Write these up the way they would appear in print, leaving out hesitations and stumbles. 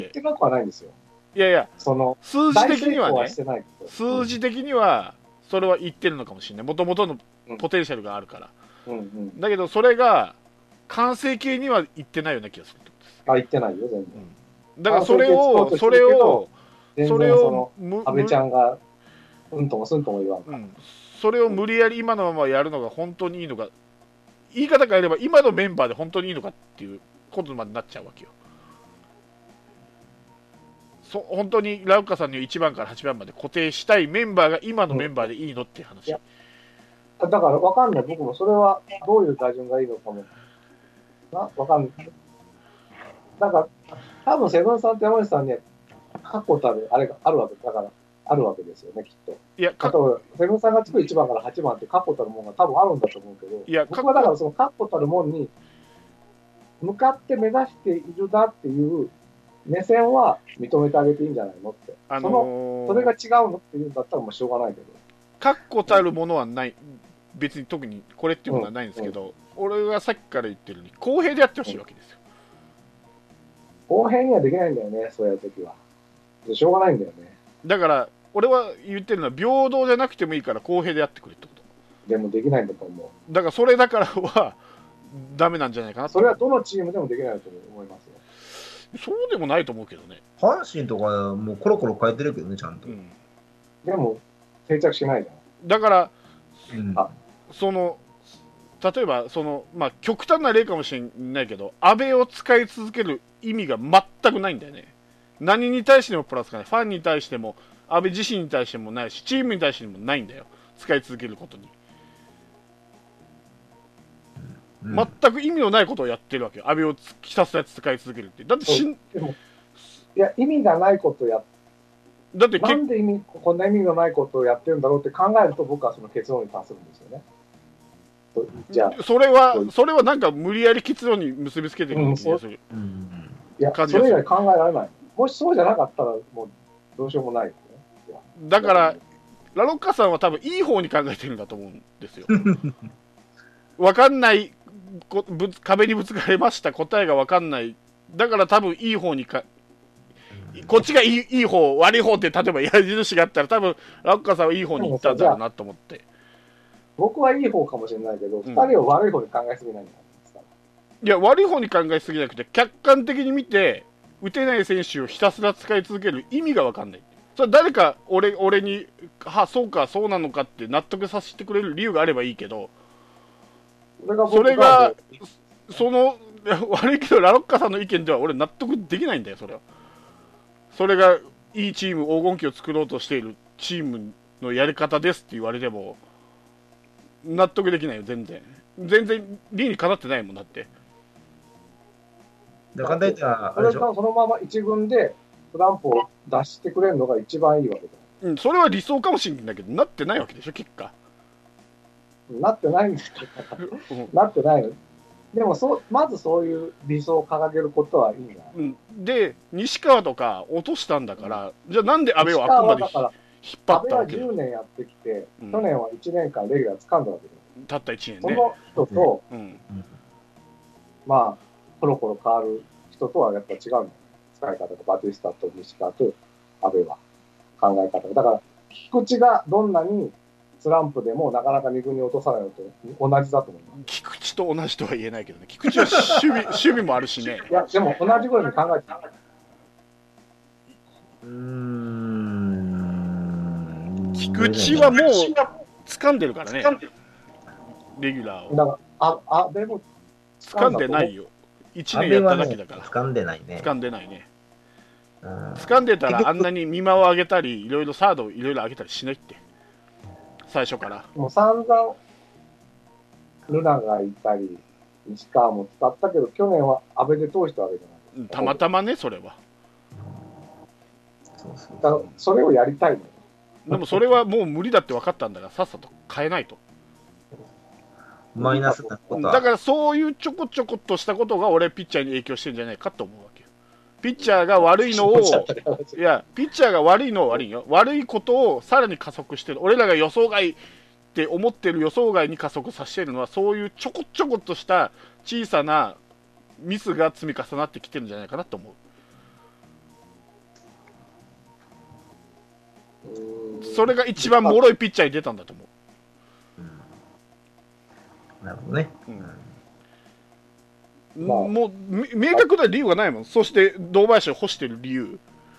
短くはないんですよ。 いやいや、 その数字的にはね、 大成功してないけど。 数字的にはそれは言ってるのかもしれない。もともとのポテンシャルがあるから。 うんうん。 だけど、それが完成形には言ってないような気がするってことです。 あ、言ってないよ、全然。 だからそれ完成形作ろうを、 としてるけど全それを然その、安倍ちゃんが、うんともすんとも言わんから。 それを無理やり今のままやるのが本当にいいのか、言い方変えれば今のメンバーで本当にいいのかっていうことまでなっちゃうわけよ。本当にラウカさんに1番から8番まで固定したいメンバーが今のメンバーでいいのっていう話。 だから分かんない、僕もそれはどういう打順がいいのかも分かんない。なんか多分セブンさんと山内さんに確固たるあれがあるわけだからあるわけですよね、きっと。いや、セブンさんがつく1番から8番って確固たるものが多分あるんだと思うけど、いや、僕はだからその確固たるものに向かって目指しているなっていう目線は認めてあげていいんじゃないのって、それが違うのっていうんだったらもうしょうがないけど。 確固たるものはない、別に特にこれっていうものはないんですけど、俺がさっきから言ってるように公平でやってほしいわけですよ。 公平にはできないんだよね、そういう時は。しょうがないんだよね。 だから俺は言ってるのは平等じゃなくてもいいから公平でやってくれってこと。 でもできないんだと思う。 だからそれだからはダメなんじゃないかな。 それはどのチームでもできないと思いますよ。 そうでもないと思うけどね。 阪神とかもうコロコロ変えてるけどね、ちゃんと。 でも定着しないじゃん。 だから、その例えば極端な例かもしれないけど、安倍を使い続ける意味が全くないんだよね。何に対してもプラスがない。ファンに対しても安倍自身に対してもないし、チームに対してもないんだよ、使い続けることに。全く意味のないことをやってるわけよ、安倍をひたすら使い続けるって。だっていや、意味がないことをやって、 だってなんでこんな意味のないことをやってるんだろうって考えると、僕はその結論に達するんですよね。 じゃあそれはなんか無理やり結論に結びつけてる気がする。 いや、それ以外考えられない。もしそうじゃなかったらもうどうしようもないですね。 だからラロッカさんは多分いい方に考えてるんだと思うんですよ。分かんない壁にぶつかりました、答えが分かんない、だから多分いい方にこっちがいい方悪い方って例えば矢印があったら多分ラッカさんはいい方に行ったんだろうなと思って。 僕はいい方かもしれないけど、2人は悪い方に考えすぎないんですから。 いや、悪い方に考えすぎなくて客観的に見て打てない選手をひたすら使い続ける意味が分かんない。それ誰か俺にそうかそうなのかって納得させてくれる理由があればいいけど、それが悪いけどラロッカさんの意見では俺納得できないんだよ。それがいいチーム、黄金期を作ろうとしているチームのやり方ですって言われても納得できないよ。全然理にかなってないもん。だってそのまま一軍でトランプを出してくれるのが一番いいわけだ。それは理想かもしれないけどなってないわけでしょ、結果。 なってないんですけどなってないの。でもまずそういう理想を掲げることはいいんだ、 で西川とか落としたんだから、じゃあなんで安倍をあくまで引っ張ったわけだ。 安倍は10年やってきて、去年は1年間レギュラー掴んだわけです。 たった1年ね。 その人と、まあコロコロ変わる人とはやっぱ違うんだよね。使い方とバティスタと西川と安倍は考え方だから、菊池がどんなにスランプでもなかなか2軍に落とさないのと同じだと思います。 菊池と同じとは言えないけどね。菊池は守備もあるしね。 いやでも同じぐらいに考えてた。 菊池はもう掴んでるからね、レギュラーを。 だから安倍も掴んでないよ。1年やっただけだから。 掴んでないね。 掴んでないね。掴んでたらあんなに見間を上げたりいろいろサードをいろいろ上げたりしないって、最初から。 もう散々ルナがいたり西川も使ったけど、去年は安倍で通したわけじゃない。 たまたまね、それは。 だからそれをやりたいの。 でもそれはもう無理だって分かったんだから、さっさと変えないと。 マイナスなことは。 だからそういうちょこちょこっとしたことが俺ピッチャーに影響してるんじゃないかと思うわけよ。ピッチャーが悪いのを、いやピッチャーが悪いのは悪いよ。悪いことをさらに加速してる。俺らが予想外って思ってる予想外に加速させてるのは、そういうちょこちょこっとした小さなミスが積み重なってきてるんじゃないかなと思う。 それが一番脆いピッチャーに出たんだと思なるほどね。 う、もう明確な理由がないもん。そして堂林を干してる理由、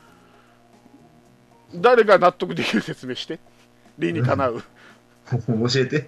誰が納得できる説明して、理にかなう教えて。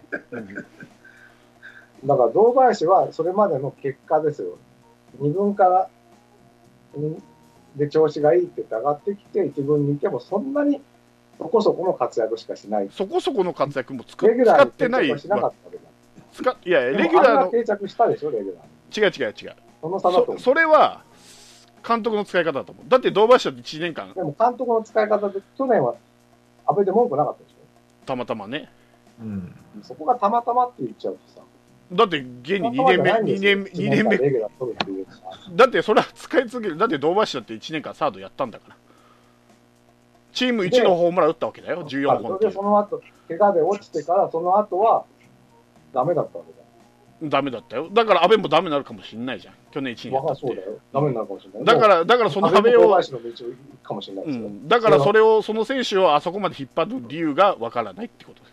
だから堂林はそれまでの結果ですよ。2軍からで調子がいいって言って上がってきて、1軍にいてもそんなにそこそこの活躍しかしない。 そこそこの活躍も使レギュラーにってない。 定着しなかったわけだ。 いやレギュラーの定着したでしょ、レギュラーに。 違う。 その差だと思う。 それは監督の使い方だと思う。だって堂林だって1年間でも監督の使い方で、去年は阿部で文句なかったでしょ。 たまたまね。 そこがたまたまって言っちゃうとさ。 だって現に2年目レギュラー取るっていうさ。 だってそれは使い続ける。だって堂林だって1年間サードやったんだから。チーム1のホームラン打ったわけだよ、14本っていう。 その後、怪我で落ちてから、その後はダメだったわけだよ。 ダメだったよ。だから阿部もダメになるかもしれないじゃん。去年1年やったって。 そうだよ。ダメになるかもしれない。 だからその阿部を、だからその選手をあそこまで引っ張る理由がわからないってことです。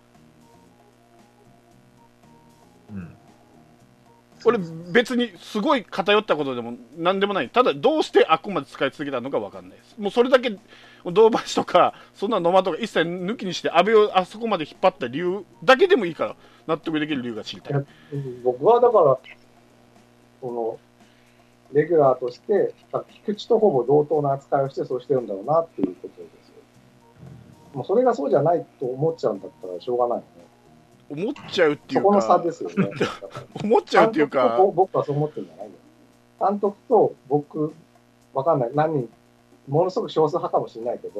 俺別にすごい偏ったことでも何でもない。ただどうしてあっこまで使い続けたのか分かんないです。もうそれだけ堂林とかそんな野間とか一切抜きにして阿部をあそこまで引っ張った理由だけでもいいから納得できる理由が知りたい。 僕はだからそのレギュラーとして菊池とほぼ同等な扱いをしてそうしてるんだろうなっていうことですよ。もうそれがそうじゃないと思っちゃうんだったらしょうがないよね。 思っちゃうっていうか、 そこの差ですよね。 思っちゃうっていうか、 僕はそう思ってるんじゃないよ。監督と僕、わかんない、何人、ものすごく少数派かもしれないけど、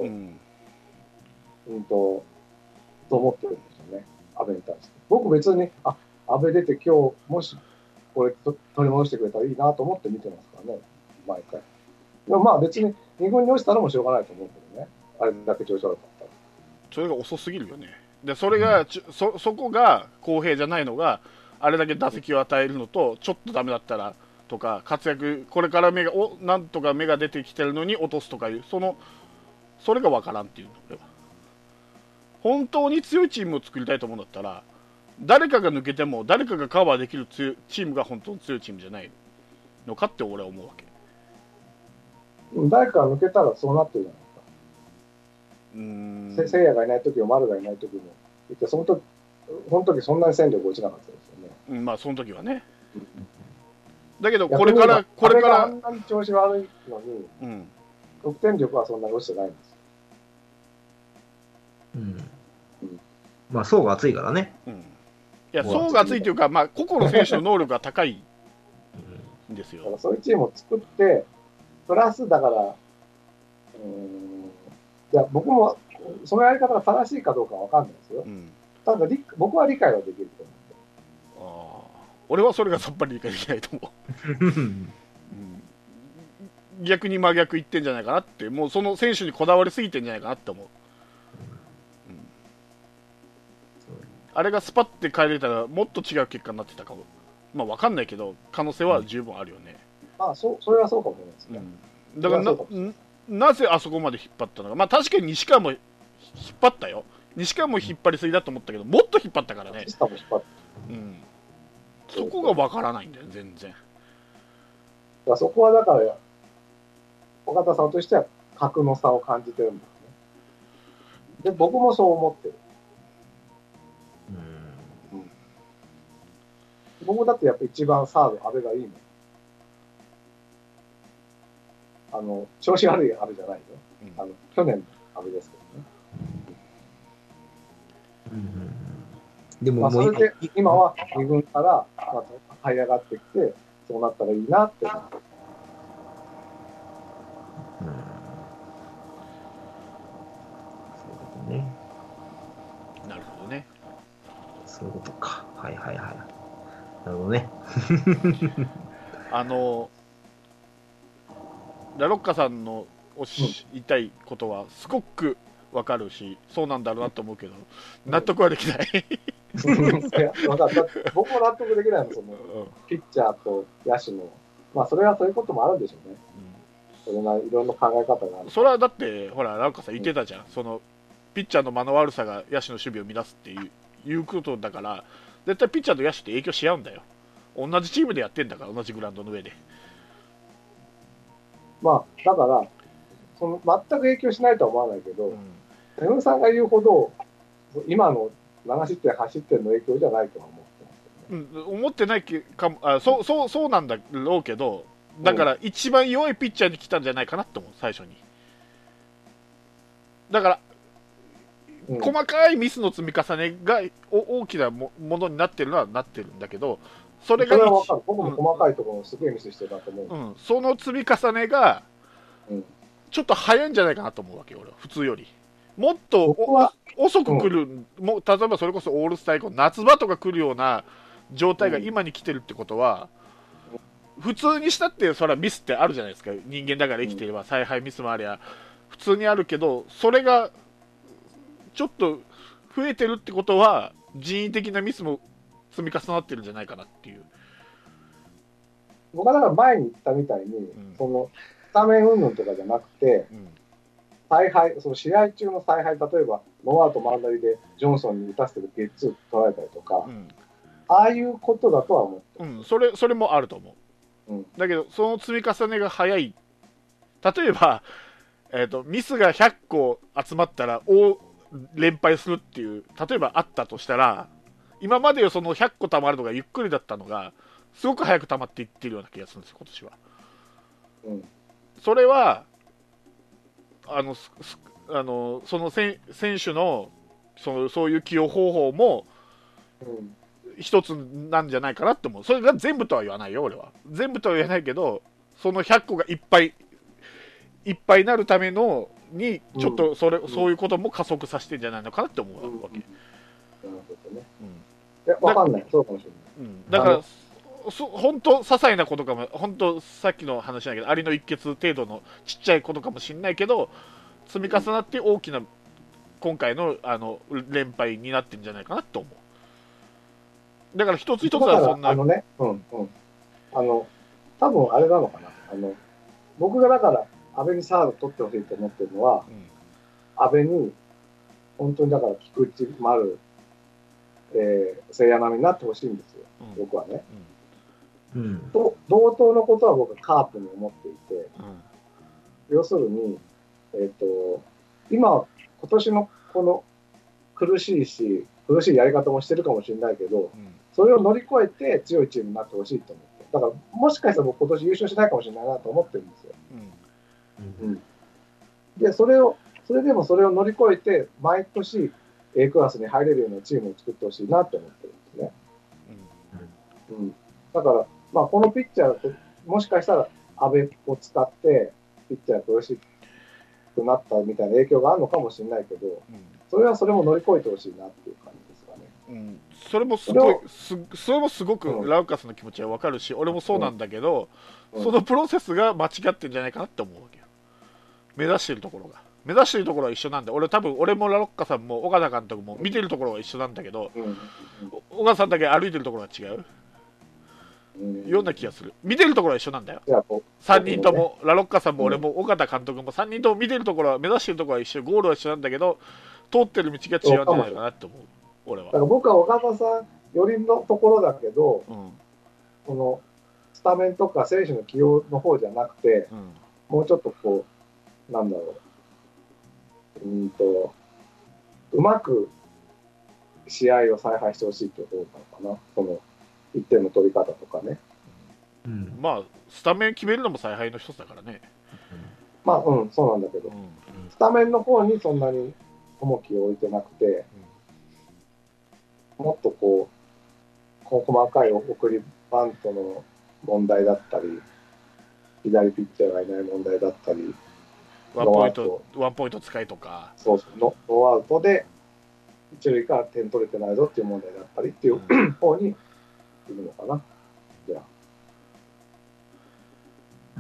と思ってるんですよね、安倍に対して。僕、別に、安倍出て、今日もしこれ取り戻してくれたらいいなと思って見てますからね、毎回。でもまあ、別に2軍に落ちたのもしょうがないと思うけどね、あれだけ調子悪かったら。 それが遅すぎるよね。でそれがそこが公平じゃないのが、あれだけ打席を与えるのと、ちょっとダメだったらとか、活躍、これからなんとか芽が出てきてるのに落とすとかいう、それが分からんっていうの、俺は。本当に強いチームを作りたいと思うんだったら、誰かが抜けても、誰かがカバーできるチームが本当に強いチームじゃないのかって俺は思うわけ。 誰かが抜けたらそうなってるじゃない。せいやがいない時も丸がいない時もいて、その時そんなに戦力落ちなかったですよね。 まあその時はね。だけどこれからあんなに調子悪いのに、得点力はそんなに落ちてないんですよ。 まあ層が厚いからね。 いや層が厚いというか、まあ個々の選手の能力が高いんですよ。 だからそういうチームを作ってプラスだから。いや僕もそのやり方が正しいかどうかは分かんないですよ。ただ僕は理解はできると思って。 俺はそれがさっぱり理解できないと思う。逆に真逆言ってんじゃないかなって、もうその選手にこだわりすぎてんじゃないかなって思う。あれがスパッて変えれたらもっと違う結果になってたかも。まあ分かんないけど可能性は十分あるよね。 まあそれはそうかもしれないですね。 だからなぜあそこまで引っ張ったのか。まあ確かに西川も引っ張ったよ。西川も引っ張りすぎだと思ったけど、もっと引っ張ったからね。そこがわからないんだよ、全然。 そこはだから岡田さんとしては格の差を感じてるんですね。で僕もそう思ってる。僕だってやっぱ一番サード阿部がいいもん。調子悪い阿部じゃないよ。去年の阿部ですけどね。 でもそれで今は2軍から這い上がってきて、そうなったらいいなって思ってる。 なるほどね。 そういうことか。はいはいはい。なるほどね。 ラロッカさんの言いたいことはすごくわかるし、そうなんだろうなと思うけど、納得はできない。 僕も納得できないの、ピッチャーと野手の。まあ、それはそういうこともあるんでしょうね。いろんな考え方がある。 それはだって、ほら、ラロッカさん言ってたじゃん。ピピッチャーの間の悪さが野手の守備を乱すっていうことだから、絶対ピッチャーと野手って影響し合うんだよ。同じチームでやってんだから、同じグラウンドの上で。 まあ、だから、全く影響しないとは思わないけど、 うん、 セブンさんが言うほど、今の7失点、8失点の影響じゃないとは思ってますけどね。 思ってないかも、そうなんだろうけど、だから一番弱いピッチャーに来たんじゃないかなと思う、最初に。だから、細かいミスの積み重ねが大きなものになってるのはなってるんだけど、それが分かる。僕も細かいところすげえミスしてたと思う。 その積み重ねが、ちょっと早いんじゃないかなと思うわけよ、俺は、普通より。もっと遅く来る、例えばそれこそオールスター以降、夏場とか来るような状態が今に来てるってことは、普通にしたって、それはミスってあるじゃないですか、人間だから生きていれば、采配ミスもありゃ、普通にあるけど、それがちょっと増えてるってことは、人為的なミスも積み重なってるんじゃないかなっていう。 僕はだから前に言ったみたいに、そのスタメン云々とかじゃなくて、采配、その試合中の采配、例えばノーアウト満塁でジョンソンに打たせてるゲッツー取られたりとか、ああいうことだとは思ってる。それもあると思う。だけど、その積み重ねが早い。例えば、ミスが100個集まったら連敗するっていう、例えばあったとしたら、今までその100個たまるのがゆっくりだったのが、すごく早くたまっていってるような気がするんですよ、今年は。それは、その選手のそういう起用方法も、一つなんじゃないかなって思う。それが全部とは言わないよ、俺は。全部とは言わないけど、その100個がいっぱいになるためのに、ちょっとそういうことも加速させてんじゃないのかなって思うわけ。 わかんない。そうかもしれない。 だから、本当些細なことかも、本当さっきの話だけど、アリの一欠程度のちっちゃいことかもしれないけど、積み重なって大きな今回の連敗になってるんじゃないかなと思う。だから一つ一つはそんな。 多分あれなのかな。僕がだから阿部にサード取ってほしいと思ってるのは、阿部に本当にだから菊池丸、聖夜並みになってほしいんですよ、僕はね。同等のことは僕はカープに思っていて、要するに、今年のこの苦しいやり方もしてるかもしれないけど、それを乗り越えて強いチームになってほしいと思って、だからもしかしたら僕今年優勝しないかもしれないなと思ってるんですよ。でそれでもそれを乗り越えて毎年 A クラスに入れるようなチームを作ってほしいなと思ってるんですね。だから、まあ、このピッチャーもしかしたら阿部を使ってピッチャーが苦しくなったみたいな影響があるのかもしれないけど、それも乗り越えてほしいなっていう感じですかね。 それもすごくラウカスの気持ちは分かるし、俺もそうなんだけど、そのプロセスが間違ってるんじゃないかなって思うわけよ。目指してるところは一緒なんで、俺もラロッカさんも岡田監督も見てるところは一緒なんだけど、岡田さんだけ歩いてるところが違うような気がする。見てるところは一緒なんだよ。3人とも、ラロッカさんも俺も岡田監督も3人とも見てるところは、目指してるところは一緒、ゴールは一緒なんだけど、通ってる道が違うんじゃないかなって思う、俺は。 だから僕は岡田さん寄りのところだけど、このスタメンとか選手の起用の方じゃなくて、もうちょっとこう、なんだろう、うまく試合を采配してほしいってことなのかな、その1点の取り方とかね。 まあ、スタメン決めるのも采配の一つだからね。 まあ、そうなんだけど、スタメンの方にそんなに重きを置いてなくて、もっとこう、細かい送りバントの問題だったり、左ピッチャーがいない問題だったり、 ワンポイント使いとか、 ノーアウトで一塁から点取れてないぞっていう問題だったりっていう方にいるのかな。じゃあ。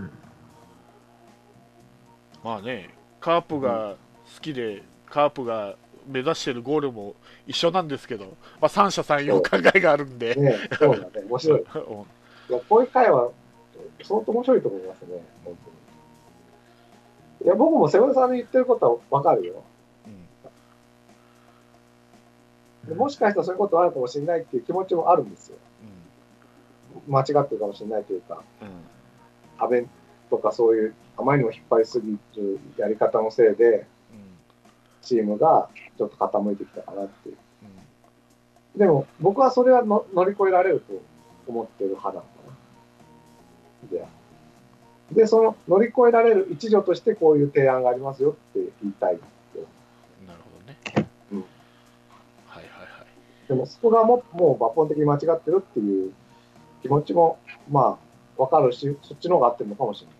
まあね、カープが好きで、カープが目指してるゴールも一緒なんですけど、まあ、三者三様考えがあるんで、 そうだね、面白い。いや、こういう回は相当面白いと思いますね、本当に。いや、僕も瀬村さんの言ってることは分かるよ。 でもしかしたらそういうことあるかもしれないっていう気持ちもあるんですよ。間違ってるかもしれないというか、安倍とかそういうあまりにも引っ張りすぎるやり方のせいで、チームがちょっと傾いてきたかなっていう。でも僕はそれは乗り越えられると思ってる派なのかな。で、その乗り越えられる一助としてこういう提案がありますよって言いたいって。 なるほどね。はいはいはい。 でもそこがもう抜本的に間違ってるっていう気持ちもまあ分かるし、そっちの方が合ってるのかもしれ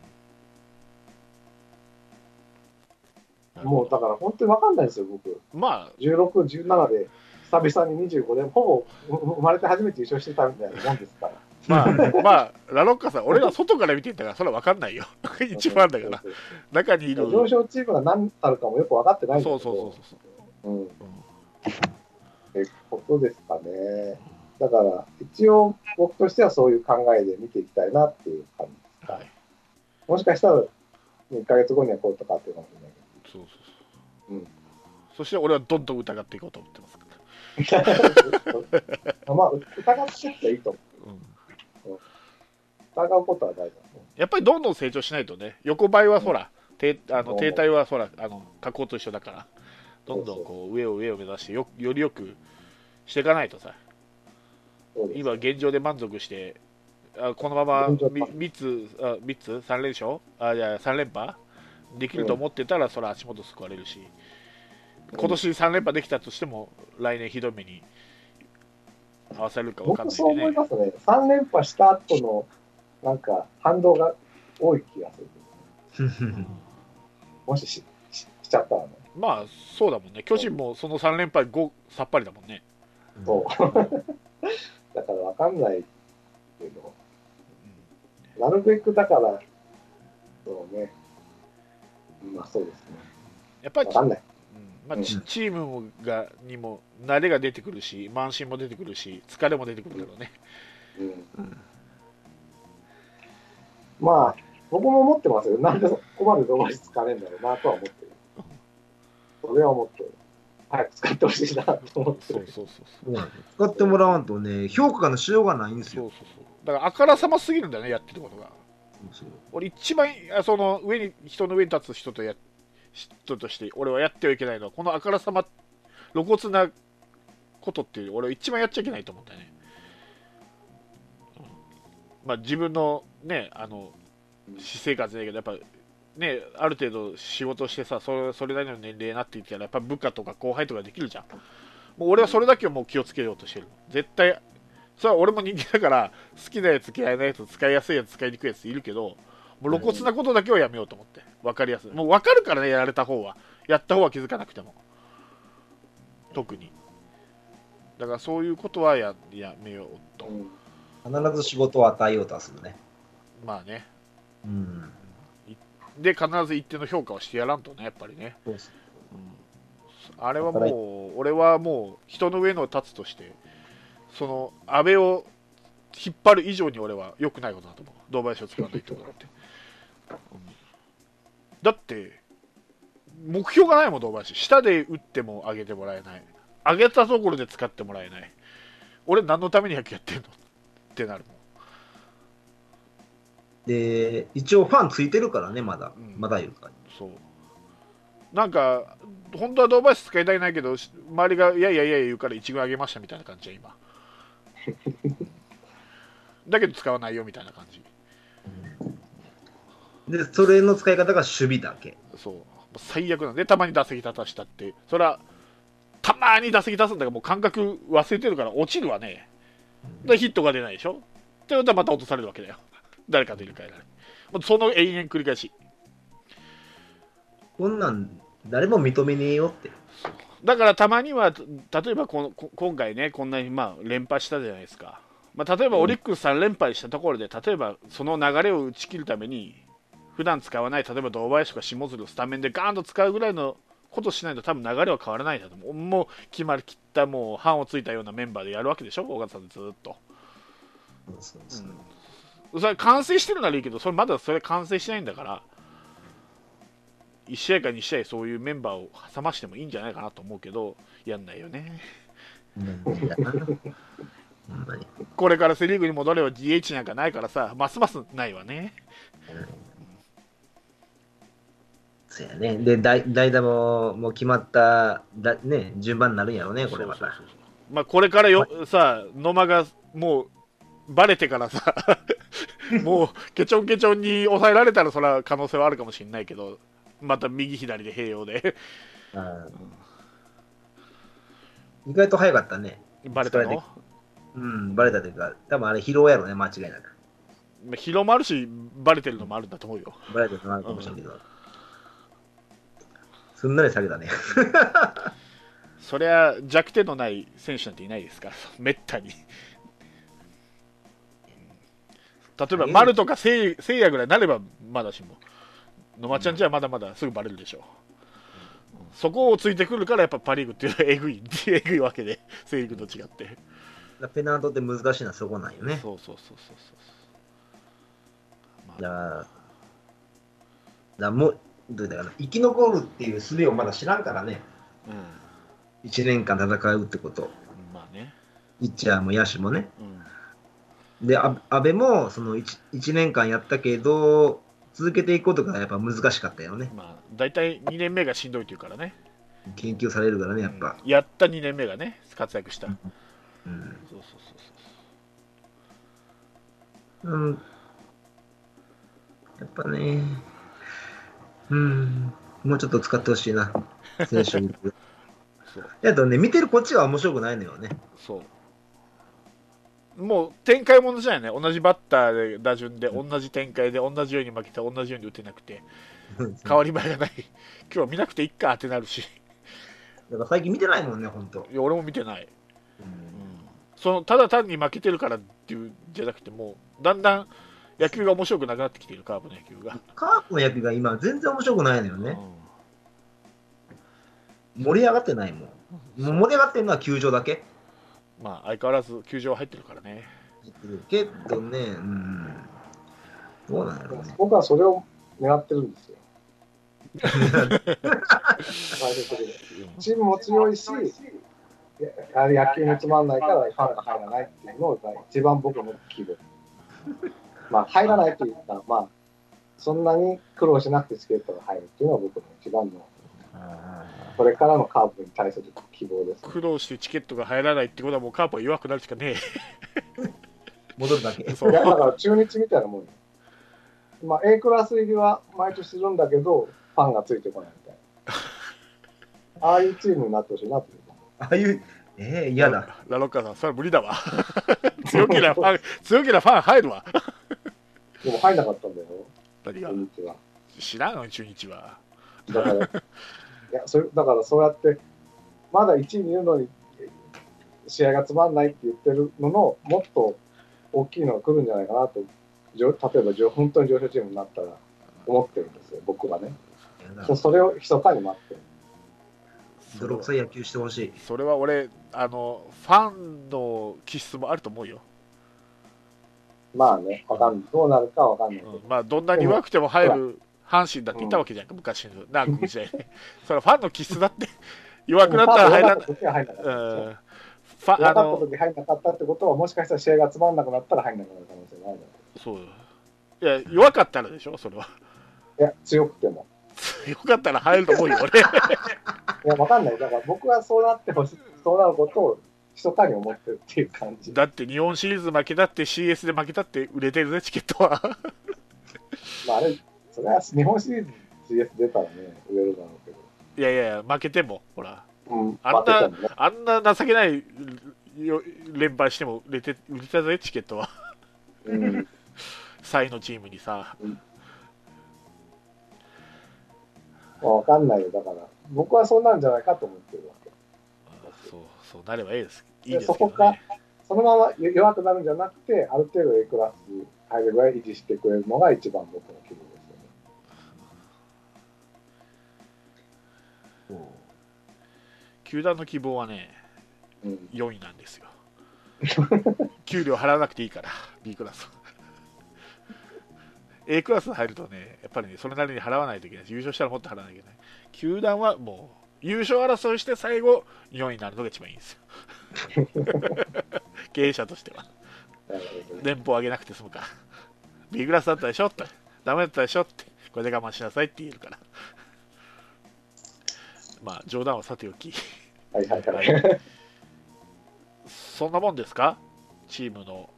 ない。もうだから本当に分かんないですよ、僕。 まあ、 16、17で久々に25でほぼ生まれて初めて優勝してたみたいなもんですから。 まあ、ラロッカさん、俺ら外から見てたから、それは分かんないよ。一番だから、中にいる。 上昇チームが何たるかもよく分かってないんですけど。そう。 ってことですかね。だから、一応、僕としてはそういう考えで見ていきたいなっていう感じですか。もしかしたら、1ヶ月後にはこうとかっていうかもしれないけど。 そして俺はどんどん疑っていこうと思ってますから。 まあ、疑ってっていいと思う。疑うことは大事だと。 やっぱりどんどん成長しないとね、横ばいはほら、停滞はほら、下降と一緒だから、どんどんこう上を目指してよりよくしていかないとさ、今現状で満足して、このまま3連勝3連覇できると思ってたら、それは足元救われるし、今年3連覇できたとしても、来年ひどい目に合わされるか分かんないんでね。 僕そう思いますね。3連覇した後のなんか反動が多い気がする。もし しちゃったらね。 まあそうだもんね。巨人もその3連敗5さっぱりだもんね。 そう。だから分かんないけど、なるべくだから、そうね。まあそうですね。 やっぱり分かんない。 チームにも慣れが出てくるし、慢心も出てくるし、疲れも出てくるからね。 まあ、僕も思ってますよ。なんでそこまで度外視疲れんだろうなとは思ってる。それは思ってる。早く使ってほしいなと思ってる。 そう使ってもらわんとね、評価のしようがないんですよ。 だからあからさますぎるんだよね、やってることが。俺一番その人の上に立つ人として俺はやってはいけないのは、このあからさま露骨なことっていう俺は一番やっちゃいけないと思ったね。まあ自分のね私生活だけど、やっぱねある程度仕事してさ、それなりの年齢になっていったらやっぱ部下とか後輩とかできるじゃん。もう俺はそれだけをもう気をつけようとしてる。絶対それは俺も人間だから、好きなやつ嫌いなやつ、使いやすいやつ使いにくいやついるけど、もう露骨なことだけはやめようと思って、分かりやすい。もう分かるからね、やられた方は。やった方は気づかなくても。特に。だからそういうことはやめようと。 必ず仕事を与えようとはするね。 まあね。で、必ず一定の評価をしてやらんとね、やっぱりね。あれはもう、俺はもう人の上の立つとして、その安倍を引っ張る以上に俺は良くないことだと思う。堂林を使わないってことだって。だって目標がないもん、堂林。下で打っても上げてもらえない。上げたところで使ってもらえない。俺何のために野球やってんのってなるもん。 で、一応ファンついてるからね、まだ言うか。 そう。なんか本当は堂林使いたいないけど、周りがいやいやいや言うから一軍上げましたみたいな感じじゃ今。だけど使わないよみたいな感じ。 で、それの使い方が守備だけ。 そう。最悪なんで、たまに打席立たしたって。それは、たまに打席立つんだけど、もう感覚忘れてるから落ちるわね。で、ヒットが出ないでしょ。ってことはまた落とされるわけだよ。誰かと入れ替えられる。その延々繰り返し。 こんなん誰も認めねえよって。 だからたまには、例えば今回ね、こんなに連敗したじゃないですか。例えばオリックス3連敗したところで、例えばその流れを打ち切るために、普段使わない、例えば堂林とか下鶴をスタメンでガーンと使うぐらいのことしないと多分流れは変わらないんだと思う。もう決まりきったもう範をついたようなメンバーでやるわけでしょ、尾形さんでずっと。それ完成してるならいいけど、まだそれ完成してないんだから、1試合か2試合そういうメンバーを挟ましてもいいんじゃないかなと思うけど、やんないよね。 だな。ほんまに。 これからセ・リーグに戻れば DH なんかないからさ、ますますないわね。 そうやね。で、代打もう決まったね、順番になるんやろうね、これまた。 まあ、これからさ、野間がもうバレてからさ、もうケチョンケチョンに抑えられたらそれは可能性はあるかもしれないけど、また右左で併用で意外と早かったね。 バレたの？ うん、バレたというか、多分あれ疲労やろね、間違いなく。 疲労もあるし、バレてるのもあるんだと思うよ。 バレたのもあるかもしれんけど。すんなり下げたね。 そりゃ弱点のない選手なんていないですから、めったに。例えば丸とか聖夜ぐらいになればまだしも、野間ちゃんじゃまだまだすぐバレるでしょう。そこをついてくるからやっぱパ・リーグっていうのはえぐいわけで、セ・リーグと違って。 ペナントって難しいのはそこなんよね。 そうそうそうそうだからもうどうだかな、生き残るっていう術をまだ知らんからね。1年間戦うってこと。 まあね。 ピッチャーも野手もね。で、阿部もその 1年間やったけど、続けていくことがやっぱ難しかったよね。 まあ、大体2年目がしんどいというからね。 研究されるからね、やっぱ。 やった2年目がね、活躍した。そうそうそう。やっぱね、もうちょっと使ってほしいな、選手に。ね、見てるこっちは面白くないのよね。 そう。もう展開ものじゃないね。同じバッターで打順で、同じ展開で、同じように負けて、同じように打てなくて、変わり映えがない。今日は見なくていいかってなるし。 だから最近見てないもんね、本当。 いや、俺も見てない。ただ単に負けてるからっていうんじゃなくて、もうだんだん野球が面白くなくなってきている、カープの野球が。 カープの野球が今、全然面白くないのよね。盛り上がってないもん。もう盛り上がってるのは球場だけ。 まあ、相変わらず球場入ってるからね。 けどね、どうなんやろうね。 僕はそれを狙ってるんですよ。チームも強いし、野球につまんないからファンが入らないっていうのが一番僕の希望。まあ入らないと言ったら、まあそんなに苦労しなくてチケットが入るっていうのは僕の一番のこれからのカープに対する希望です、ね。 苦労してチケットが入らないってことはもうカープは弱くなるしかねえ。戻るだけ。 いやだから中日みたいなもんよ。まあ A クラス入りは毎年するんだけどファンがついてこないみたいな。ああいうチームになってほしいなという。 ああいう嫌だ。 ラロッカさん、それは無理だわ。強気なファン入るわ。 でも入んなかったんだよ。 何が？知らんの、中日は。 だから、だからそうやって、まだ1位にいるのに、試合がつまんないって言ってるのの、もっと大きいのが来るんじゃないかなと、例えば本当に上昇チームになったら思ってるんですよ、僕はね。それを密かに待ってる。 泥臭い野球してほしい。 それは俺、ファンの気質もあると思うよ。 まあね、どうなるかわかんないけど。 まあ、どんなに弱くても入る阪神だっていたわけじゃんか、昔の何国時代に。それはファンの気質だって、弱くなったら入らない。 弱かった時入んなかったってことは、もしかしたら試合がつまんなくなったら入んなくなる可能性がある。 そういや、弱かったらでしょ、それは。 いや、強くても。 強かったら入ると思うよ、俺。いや、わかんない。だから僕はそうなってほしい、そうなることを密かに思ってるっていう感じ。 だって日本シリーズ負けたって CS で負けたって売れてるぜ、チケットは。 まああれ、それは日本シリーズ CS 出たらね、売れるだろうけど。 いやいや、負けても、ほら。 ね、 あんな情けない連敗しても売れたぜ、チケットは。3位のチームにさ。 わかんないよ、だから、僕はそうなんじゃないかと思ってるわけ。 そうなればいいですけどね。 そこか、そのまま弱くなるんじゃなくて、ある程度 A クラス入るぐらい維持してくれるのが一番僕の希望ですよね。 球団の希望はね、4位なんですよ。給料払わなくていいから、B クラス。A クラス入るとね、やっぱりね、それなりに払わないといけないし、優勝したらもっと払わなきゃいけない。球団はも優勝争いして最後4位になるのが一番いいんですよ経営者としては。 なるほどね。 年俸上げなくて済むから、ビッグラスだったでしょって、ダメだったでしょって、これで我慢しなさいって言えるから。まあ冗談はさておき、 はいはいはい。 そんなもんですか、チームの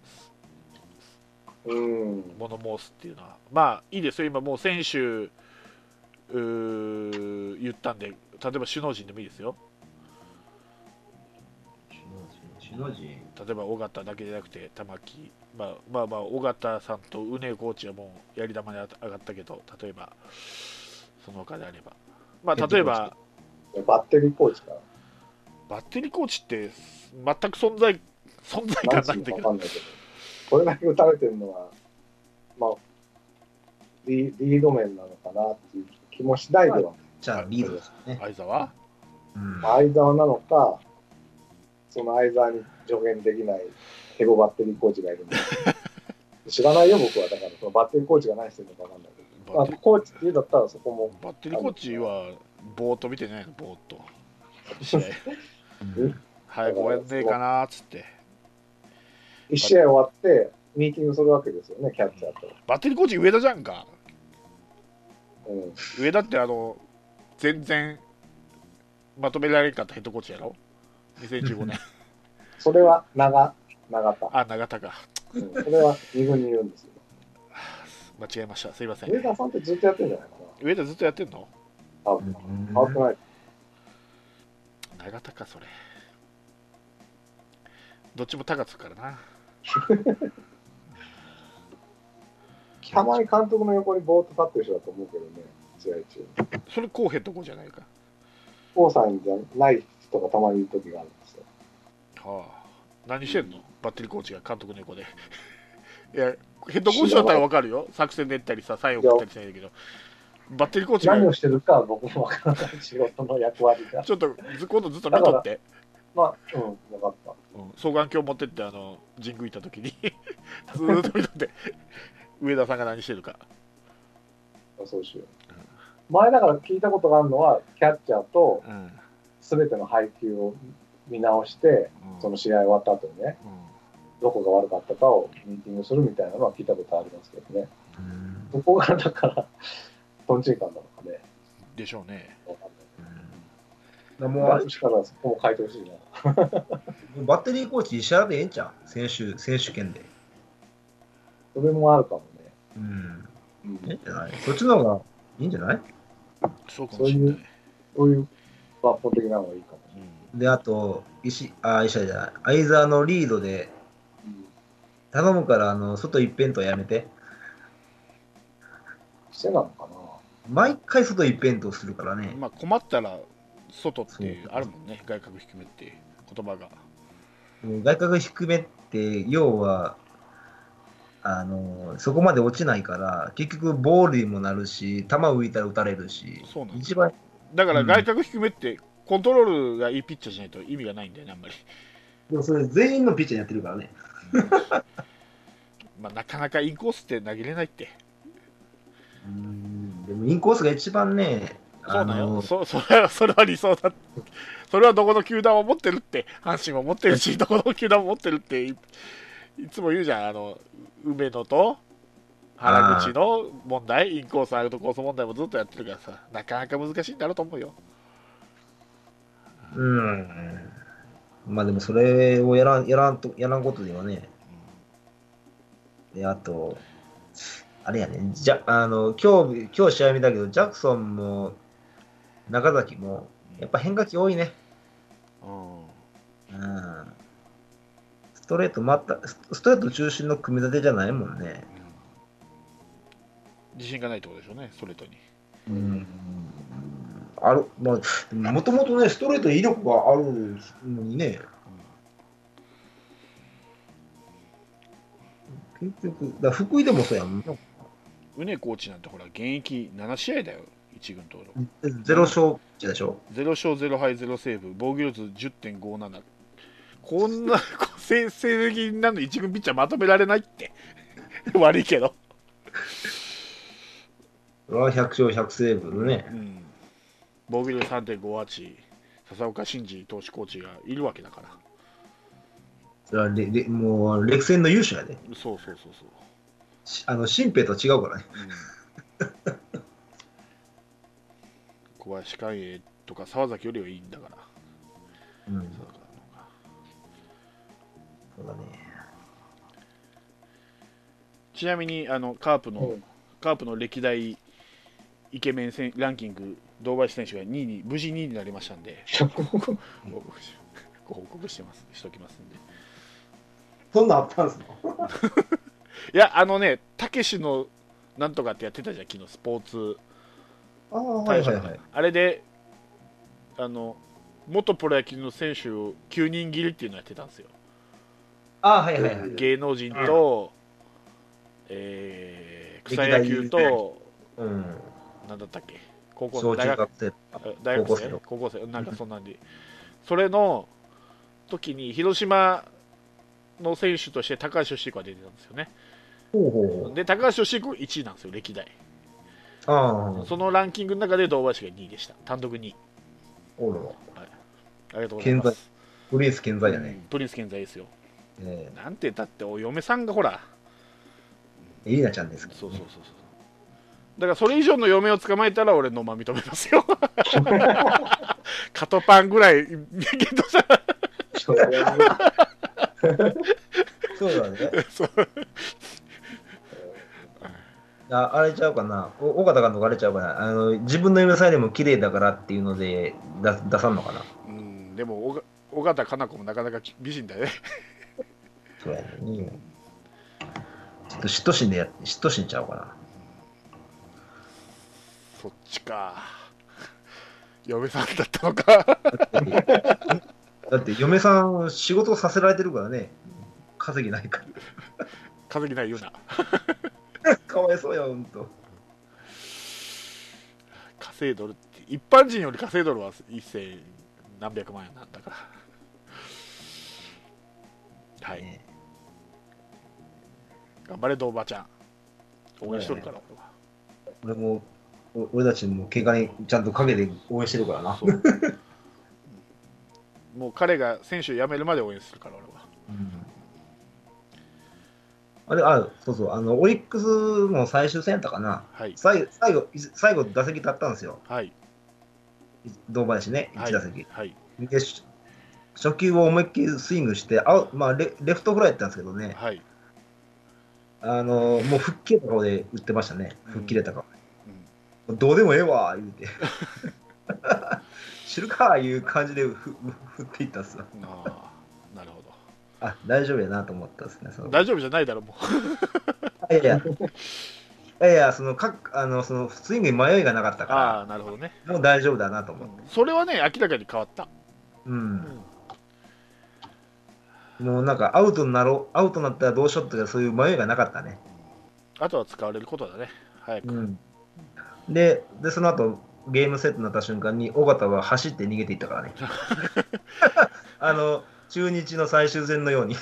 うん。 物申すっていうのは。まあいいですよ、今もう選手言ったんで、例えば首脳陣でもいいですよ。 首脳陣。 例えば尾形だけじゃなくて玉木、まあ尾形さんと宗コーチはもうやり玉で上がったけど、例えばその他であれば、まあ例えばバッテリーコーチかな。 バッテリーコーチって全く存在感ないんだけど、 これだけ打たれてるのは、まあ、リード面なのかなっていう気もしないでは。 じゃあリードですね。 相沢、 相沢なのか、その相沢に助言できないヘボバッテリーコーチがいるんで知らないよ、僕は。だから、そのバッテリーコーチが何してるのか分かんないけど、まあ、コーチって言うんだったら、そこも。 バッテリーコーチはぼーっと見てないの、ぼーっと試合早く終わんねえかなーっつって、 1試合終わってミーティングするわけですよね、キャッチャーと。 バッテリーコーチ上田じゃんか、 うん、 上田って全然まとめられんかったヘッドコーチやろ、2015年それは永田。 あ、永田か、 それは2軍にいるんですよ。 間違えました、すいません。 上田さんってずっとやってるんじゃないかな。 上田ずっとやってんの？ 多分変わってない。 永田か、それ。どっちも高つくからな。 たまに監督の横にぼーっと立ってる人だと思うけどね、試合中。 それコーヘッドコーチじゃないか。 コーさんじゃない人がたまにいる時があるんですよ。 はあ、何してんの、バッテリーコーチが監督の横で。いや、ヘッドコーチだったら分かるよ。作戦練ったりさ、サイン送ったりしないけど。バッテリーコーチが何をしてるかは僕も分からない、仕事の役割が。 ちょっと今度ずっと見とって。 まあ、分かった。 双眼鏡持ってって神宮行った時にずーっと見とって上田さんが何してるか。 そうしよう。前だから聞いたことがあるのは、キャッチャーと全ての配球を見直して、その試合終わった後にね、どこが悪かったかをミーティングするみたいなのは聞いたことありますけどね。そこがだからトンチンカンなのかね。 でしょうね。 わかんない。もうあるからそこも変えてほしいな。 バッテリーコーチ石原でええんちゃう、選手権で。 それもあるかもね。いいんじゃない、そっちの方がいいんじゃない？ そうかもしれない。 そういう抜本的なのがいいかも。 で、あと、石原じゃない、相沢のリードで、頼むから外一辺倒やめて。 癖なのかな。 毎回外一辺倒するからね。 まあ困ったら外っていうあるもんね、外角低めっていう言葉が。 外角低めって要はそこまで落ちないから結局ボールにもなるし、球浮いたら打たれるし、 そうなん一番だから外角低めってコントロールがいいピッチャーじゃないと意味がないんだよね、あんまり。 でもそれ全員のピッチャーやってるからね。 まあなかなかインコースって投げれないって。 でもインコースが一番ね、 そうだよ、それは理想だ。それはどこの球団も持ってるって、阪神も持ってるし、どこの球団も持ってるっていつも言うじゃん、梅野と原口の問題、インコース、アウトコース問題もずっとやってるからさ、なかなか難しいんだろうと思うよ。 まあでもそれをやらんことではね。で、あと、あれやね、今日試合見たけど、ジャクソンも中崎も、やっぱ変化球多いね。ストレート中心の組み立てじゃないもんね。 自信がないってことでしょうね、ストレートに。 もともとね、ストレートに威力があるのにね。結局、福井でもそうやもんね。 宗コーチなんてほら、現役7試合だよ、1軍登録。 0勝でしょ。 0勝0敗0セーブ、防御率 10.57。こんな成績になるの1軍ピッチャーまとめられないって悪いけど。 100勝100セーブね。 防御率3.58、笹岡慎二投手コーチがいるわけだから。 それはもう、歴戦の勇者やで。 そうそうそうそう。 新兵と違うからね。 小林寛永とか沢崎よりはいいんだから。 うん。そうだね。 ちなみにカープの歴代イケメンランキング、堂林選手が2位に無事2位になりましたんでご報告してますしときますんで。 そんなんあったんですか？ いやたけしのなんとかってやってたじゃん、昨日スポーツ大賞、あれで元プロ野球の選手を9人切りっていうのをやってたんですよ。芸能人と、草野球と、なんだったっけ、高校生、大学生、高校生、なんかそんなんで、それの時に広島の選手として高橋義彦が出てたんですよね。で高橋義彦1位なんですよ、歴代。そのランキングの中で堂林が2位でした、単独2位。はい、ありがとうございます。 プリンス健在やね。 プリンス健在ですよ。なんて言ったってお嫁さんがほらエリナちゃんですか、ね、 そうだからそれ以上の嫁を捕まえたら俺のま認めますよカトパンぐらいゲットしたらそうだね。あれちゃうかな、尾形監督あれちゃうかな、自分の嫁さんでも綺麗だからっていうので出さんのかな。 でも尾形かな子もなかなか美人だね。 そうやね。ちょっと嫉妬心ちゃうかな。 そっちか。嫁さんだったのか。 だって嫁さん仕事させられてるからね。稼ぎないから。 稼ぎないような。 かわいそうや、ほんと。 稼いどるって一般人より稼いどるは一千何百万円なんだから。はい。頑張れ堂場ちゃん。応援しとるから俺も俺たちも怪我にちゃんと陰で応援してるからな。 もう彼が選手を辞めるまで応援するから俺は。 そうそう、オリックスも最終戦やったかな。 はい、 最後打席立ったんですよ。 はい。 堂林ね、1打席。 はい。 で初球を思いっきりスイングして、レフトフライやったんですけどね。 はい。 もう吹っ切れた顔で打ってましたね。吹っ切れた顔。どうでもええわ言うて。知るかいう感じで振っていったっす。 なるほど。 大丈夫やなと思ったですね。 大丈夫じゃないだろもう。いやそのスイングに迷いがなかったから。 なるほどね。 もう大丈夫だなと思って。 それはね、明らかに変わった。 もうなんかアウトになったらどうしようとかそういう迷いがなかったね。 あとは使われることだね、早く。 でその後ゲームセットになった瞬間に尾形は走って逃げていったからね。中日の最終戦のように。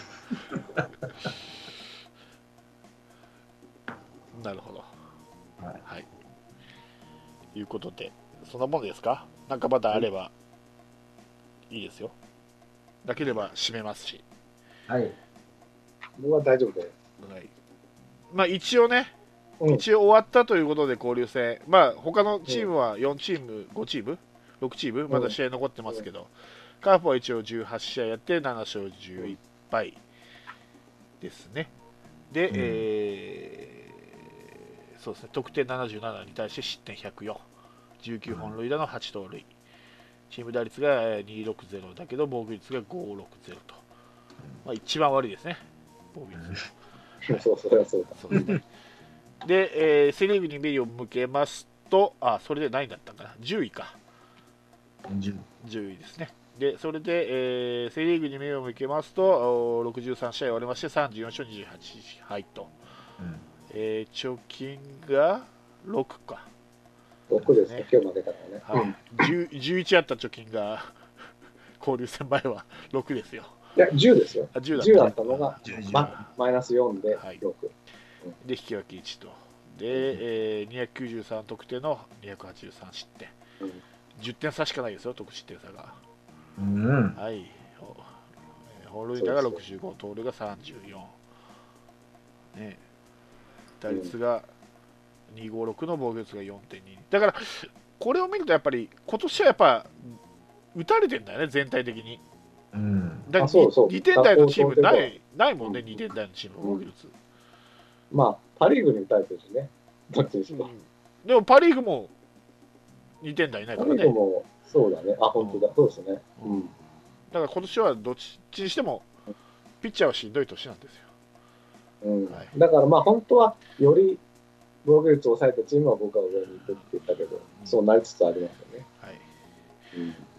なるほど。はい。いうことで、そんなもんですか？なんかまだあればいいですよ。なければ締めますし。 はい。僕は大丈夫です。 はい。まあ一応ね、終わったということで交流戦、他のチームは4チーム、5チーム、6チーム、まだ試合残ってますけど、カープは一応18試合やって7勝11敗ですね。で、そうですね、得点77に対して失点104、19本塁打の8盗塁、チーム打率が260だけど、防御率が560と、一番悪いですね、防御率。 それはそうだ。 そうですね。で、セ・リーグに目を向けますと、それで何位だったかな、10位か。10位ですね。で、それで、セ・リーグに目を向けますと、63試合終わりまして、34勝28敗と。貯金が6か。 6ですね、今日までだからね。 11あった貯金が、交流戦前は6ですよ。 いや、10ですよ。10あったのが、マイナス4で6。 で、引き分け1と。で、293得点の283失点。 10点差しかないですよ、得失点差が。 うん。 はい、本塁打が65、盗塁が34、ね、打率が256の防御率が 4.2。 だからこれを見るとやっぱり今年はやっぱ打たれてんだよね、全体的に。 うん。 だからそうそう 2点台のチームそうないもんね、2点台のチームの防御率。 まあ、パ・リーグに打たれてるしね、どっちにしろ。 でもパ・リーグも2点台いないパ・からね。 リーグもそうだね、あ、本当だ、そうですね。うん。 だから今年はどっちにしてもピッチャーはしんどい年なんですよ。はい、 だからまあ本当はより防御率を抑えたチームは僕は上に行くって言ったけど、そうなりつつありますよね。 はい、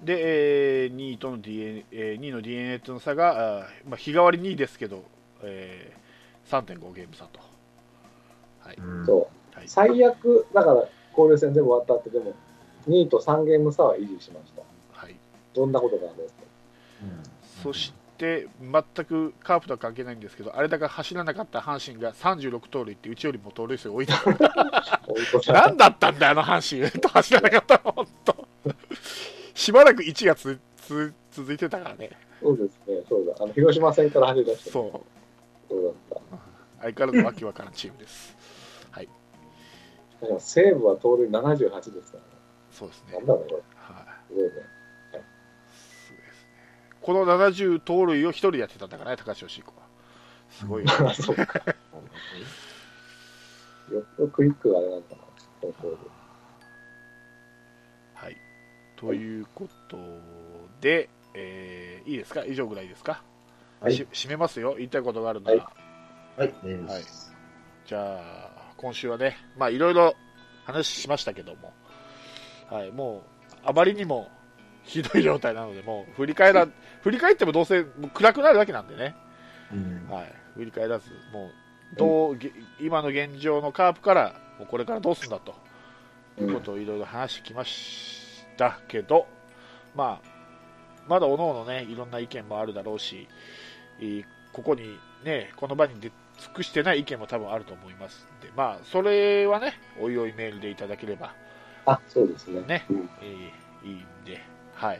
で、2位との 2位の DNA との差が、まあ、日替わり2位ですけど、3.5 ゲーム差と。はい、 そう、はい、最悪、だから交流戦でも終わった後でも、2位と3ゲーム差は維持しました。 はい、 どんなことがあるんですか。 そして全くカープとは関係ないんですけど、あれだけ走らなかった阪神が36盗塁ってうちよりも盗塁数多いだろう何だったんだよ、あの阪神と走らなかったの、本当しばらく1が続いてたからね。 そうですね、そうだ、広島戦から走り出して、そうだった。 相変わらずわけわからんチームです。はい。 西武は盗塁78ですからね。 そうですね。 なんだろう、これ。 はい。 すごいね。 この70盗塁を1人やってたんだからね、高橋義彦は。すごいよ、ね。 そうか。よっぽどクイックがあれなんだな、 はい。ということで、いいですか、以上ぐらいですか。はい、締めますよ、言いたいことがあるなら。 はい。 じゃあ、今週はね、まあいろいろ話しましたけども、はい、もう、あまりにもひどい状態なので、もう振り返ってもどうせ暗くなるだけなんでね、はい、振り返らず、もう今の現状のカープからもうこれからどうするんだということをいろいろ話してきましたけど、まだおのおのね、いろんな意見もあるだろうし、ここにね、この場に尽くしてない意見も多分あると思いますんで、まあそれはね、おいおいメールでいただければ、 そうですね。 ね、いいんで、はい。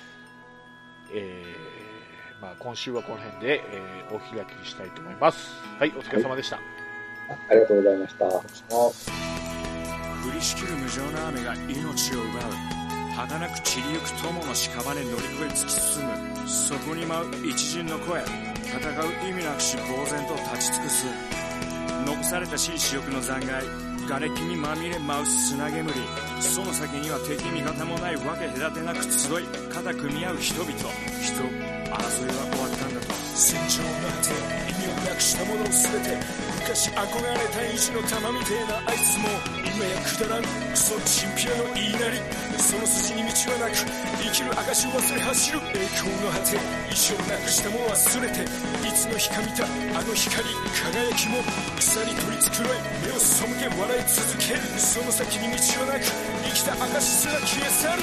まあ今週はこの辺で、お開きにしたいと思います。はい、お疲れ様でした。 ありがとうございました。降りしきる無情な雨が命を奪う。儚く散りゆく友の屍乗り越え突き進む。そこに舞う一陣の声、戦う意味なくし呆然と立ち尽くす。残されたしい死力の残骸、瓦礫にまみれ舞う砂煙。その先には敵味方もないわけ隔てなく集い肩組み合う人々。争いは終わったんだと。戦場の果て、意味をなくしたものを全て、昔憧れた意地の玉みてえなあいつも今やくだらんクソチンピラの言いなり。その筋に道はなく生きる証を忘れ走る栄光の果て。意地をなくしたも忘れて、いつの日か見たあの光輝きも草に取り繕い目を背け笑い続ける。その先に道はなく生きた証すら消え去る。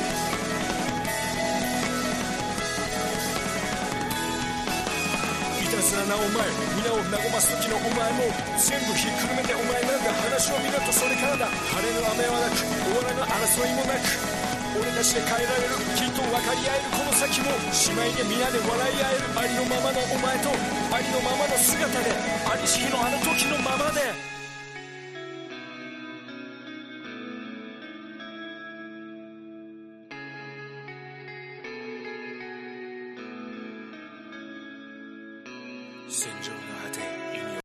いたずらなお前、皆を和ます時のお前も全部ひっくるめてお前なんだ。話を見ろとそれからだ。晴れの雨はなく終わらぬ争いもなく、俺たちで変えられる、きっと分かり合えるこの先も。姉妹で皆で笑い合える、ありのままのお前とありのままの姿で、ありしきのあの時のままで。戦場の果て、意味を